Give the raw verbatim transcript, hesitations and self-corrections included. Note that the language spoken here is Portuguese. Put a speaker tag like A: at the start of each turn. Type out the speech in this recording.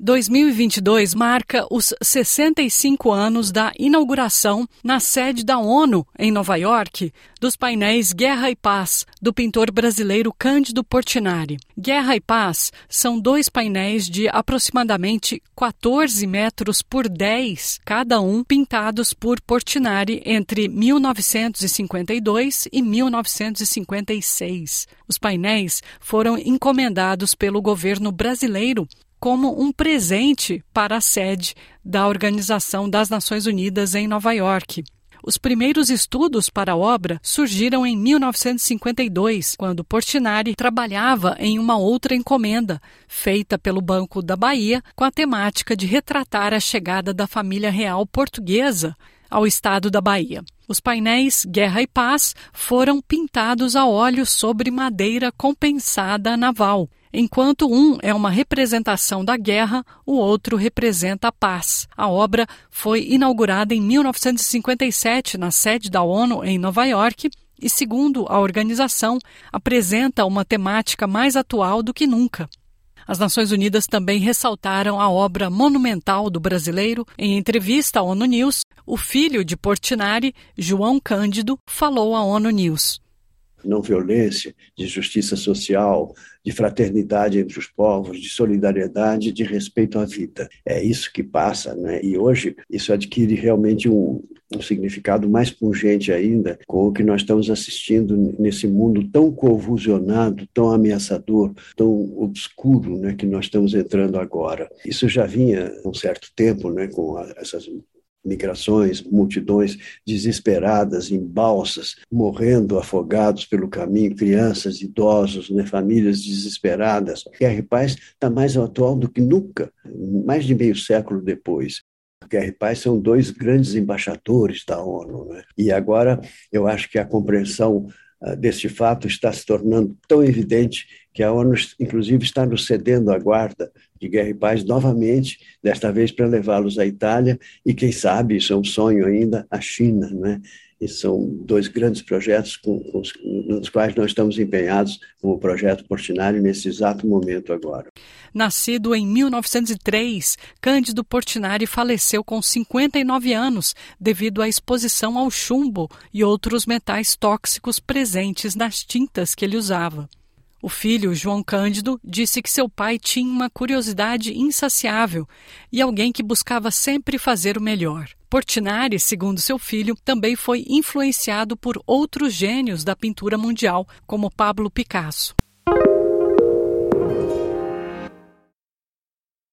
A: dois mil e vinte e dois marca os sessenta e cinco anos da inauguração, na sede da ONU, em Nova York, dos painéis Guerra e Paz, do pintor brasileiro Cândido Portinari. Guerra e Paz são dois painéis de aproximadamente quatorze metros por dez, cada um, pintados por Portinari entre mil novecentos e cinquenta e dois e mil novecentos e cinquenta e seis. Os painéis foram encomendados pelo governo brasileiro como um presente para a sede da Organização das Nações Unidas em Nova York. Os primeiros estudos para a obra surgiram em mil novecentos e cinquenta e dois, quando Portinari trabalhava em uma outra encomenda, feita pelo Banco da Bahia, com a temática de retratar a chegada da família real portuguesa ao estado da Bahia. Os painéis Guerra e Paz foram pintados a óleo sobre madeira compensada naval. Enquanto um é uma representação da guerra, o outro representa a paz. A obra foi inaugurada em mil novecentos e cinquenta e sete na sede da ONU em Nova York e, segundo a organização, apresenta uma temática mais atual do que nunca. As Nações Unidas também ressaltaram a obra monumental do brasileiro. Em entrevista à ONU News, o filho de Portinari, João Cândido, falou à ONU News.
B: Não violência, de justiça social, de fraternidade entre os povos, de solidariedade, de respeito à vida. É isso que passa, né? E hoje isso adquire realmente um, um significado mais pungente ainda com o que nós estamos assistindo nesse mundo tão convulsionado, tão ameaçador, tão obscuro, né, que nós estamos entrando agora. Isso já vinha há um certo tempo, né, com a, essas migrações, multidões desesperadas em balsas, morrendo afogados pelo caminho, crianças, idosos, né, famílias desesperadas. Guerra e Paz está mais atual do que nunca, mais de meio século depois. Guerra e Paz são dois grandes embaixadores da ONU, né? E agora eu acho que a compreensão uh, deste fato está se tornando tão evidente que a ONU, inclusive, está nos cedendo a guarda de Guerra e Paz novamente, desta vez para levá-los à Itália e, quem sabe, isso é um sonho ainda, a China, né? E são dois grandes projetos com, com os, nos quais nós estamos empenhados, como o projeto Portinari, nesse exato momento agora.
A: Nascido em mil novecentos e três, Cândido Portinari faleceu com cinquenta e nove anos devido à exposição ao chumbo e outros metais tóxicos presentes nas tintas que ele usava. O filho, João Cândido, disse que seu pai tinha uma curiosidade insaciável e alguém que buscava sempre fazer o melhor. Portinari, segundo seu filho, também foi influenciado por outros gênios da pintura mundial, como Pablo Picasso.